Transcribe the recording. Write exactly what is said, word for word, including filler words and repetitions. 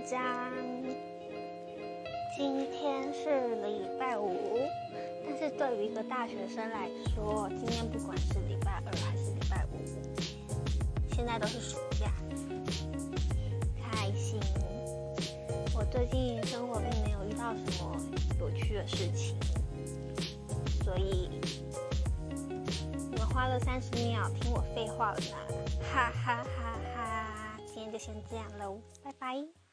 家，今天是礼拜五，但是对于一个大学生来说，今天不管是礼拜二还是礼拜五，现在都是暑假，开心。我最近生活并没有遇到什么有趣的事情，所以你们花了三十秒听我废话了呢，哈哈哈哈！今天就先这样喽，拜拜。